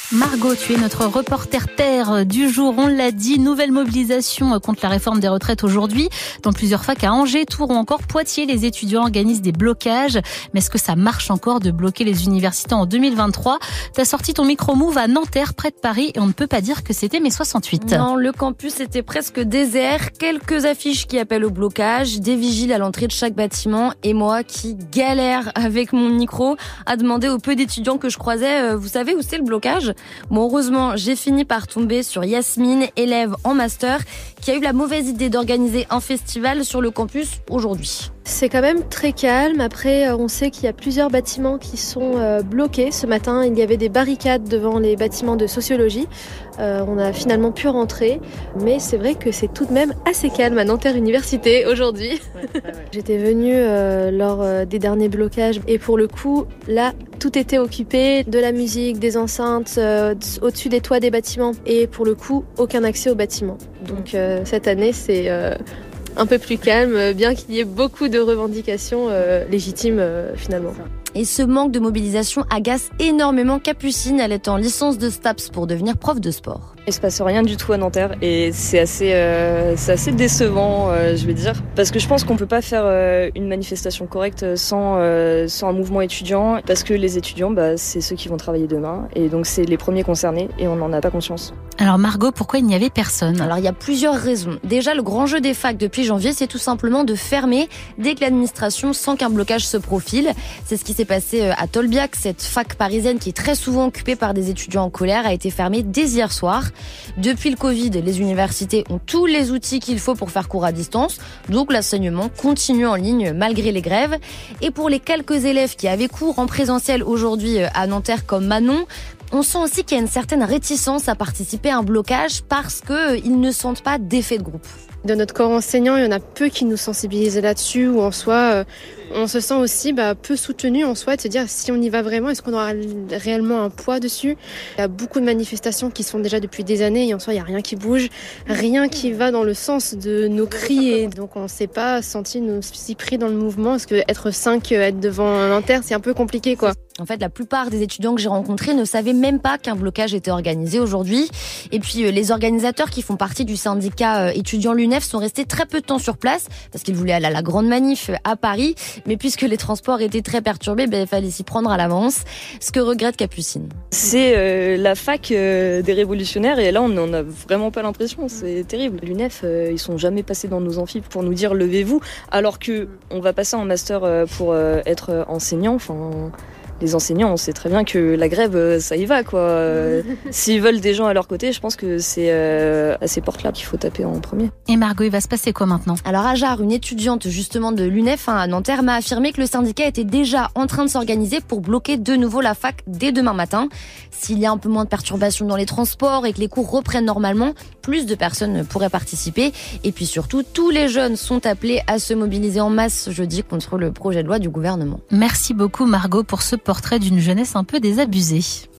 Margot, tu es notre reporter terre du jour. On l'a dit, nouvelle mobilisation contre la réforme des retraites aujourd'hui. Dans plusieurs facs à Angers, Tours ou encore Poitiers, les étudiants organisent des blocages. Mais est-ce que ça marche encore de bloquer les universités en 2023 ? T'as sorti ton micro-move à Nanterre, près de Paris, et on ne peut pas dire que c'était mai 68. Non, le campus était presque désert. Quelques affiches qui appellent au blocage, des vigiles à l'entrée de chaque bâtiment et moi qui galère avec mon micro à demander au peu d'étudiants que je croisais, vous savez où c'est le blocage ? Bon, heureusement, j'ai fini par tomber sur Yasmine, élève en master, qui a eu la mauvaise idée d'organiser un festival sur le campus aujourd'hui. C'est quand même très calme. Après, on sait qu'il y a plusieurs bâtiments qui sont bloqués. Ce matin, il y avait des barricades devant les bâtiments de sociologie. On a finalement pu rentrer. Mais c'est vrai que c'est tout de même assez calme à Nanterre Université aujourd'hui. Ouais. J'étais venue lors des derniers blocages. Et pour le coup, là, tout était occupé. De la musique, des enceintes, au-dessus des toits des bâtiments. Et pour le coup, aucun accès aux bâtiments. Donc cette année, c'est un peu plus calme, bien qu'il y ait beaucoup de revendications légitimes finalement. Et ce manque de mobilisation agace énormément Capucine. Elle est en licence de STAPS pour devenir prof de sport. Il se passe rien du tout à Nanterre et c'est assez décevant, je vais dire. Parce que je pense qu'on peut pas faire une manifestation correcte sans un mouvement étudiant. Parce que les étudiants, c'est ceux qui vont travailler demain. Et donc c'est les premiers concernés et on n'en a pas conscience. Alors Margot, pourquoi il n'y avait personne ? Alors il y a plusieurs raisons. Déjà, le grand jeu des facs depuis janvier, c'est tout simplement de fermer dès que l'administration sent qu'un blocage se profile. C'est ce qui s'est passé à Tolbiac. Cette fac parisienne qui est très souvent occupée par des étudiants en colère a été fermée dès hier soir. Depuis le Covid, les universités ont tous les outils qu'il faut pour faire cours à distance. Donc l'enseignement continue en ligne malgré les grèves. Et pour les quelques élèves qui avaient cours en présentiel aujourd'hui à Nanterre comme Manon, on sent aussi qu'il y a une certaine réticence à participer à un blocage parce qu'ils ne sentent pas d'effet de groupe. De notre corps enseignant, il y en a peu qui nous sensibilisent là-dessus, ou en soi, on se sent aussi peu soutenu en soi, de se dire si on y va vraiment, est-ce qu'on aura réellement un poids dessus ? Il y a beaucoup de manifestations qui se font déjà depuis des années et en soi, il n'y a rien qui bouge, rien qui va dans le sens de nos cris. Et donc, on ne s'est pas senti nous si pris dans le mouvement, parce que être 5, être devant Nanterre, c'est un peu compliqué, quoi. En fait, la plupart des étudiants que j'ai rencontrés ne savaient même pas qu'un blocage était organisé aujourd'hui. Et puis, les organisateurs qui font partie du syndicat étudiant l'UNEF sont restés très peu de temps sur place parce qu'ils voulaient aller à la grande manif à Paris. Mais puisque les transports étaient très perturbés, il fallait s'y prendre à l'avance. Ce que regrette Capucine. C'est la fac des révolutionnaires et là, on n'en a vraiment pas l'impression. C'est terrible. L'UNEF, ils sont jamais passés dans nos amphis pour nous dire levez-vous, alors que on va passer en master pour être enseignant. Enfin. Les enseignants, on sait très bien que la grève, ça y va, quoi. S'ils veulent des gens à leur côté, je pense que c'est à ces portes-là qu'il faut taper en premier. Et Margot, il va se passer quoi maintenant ? Alors Ajar, une étudiante justement de l'UNEF à Nanterre, m'a affirmé que le syndicat était déjà en train de s'organiser pour bloquer de nouveau la fac dès demain matin. S'il y a un peu moins de perturbations dans les transports et que les cours reprennent normalement, plus de personnes pourraient participer. Et puis surtout, tous les jeunes sont appelés à se mobiliser en masse jeudi contre le projet de loi du gouvernement. Merci beaucoup Margot pour ce portrait d'une jeunesse un peu désabusée.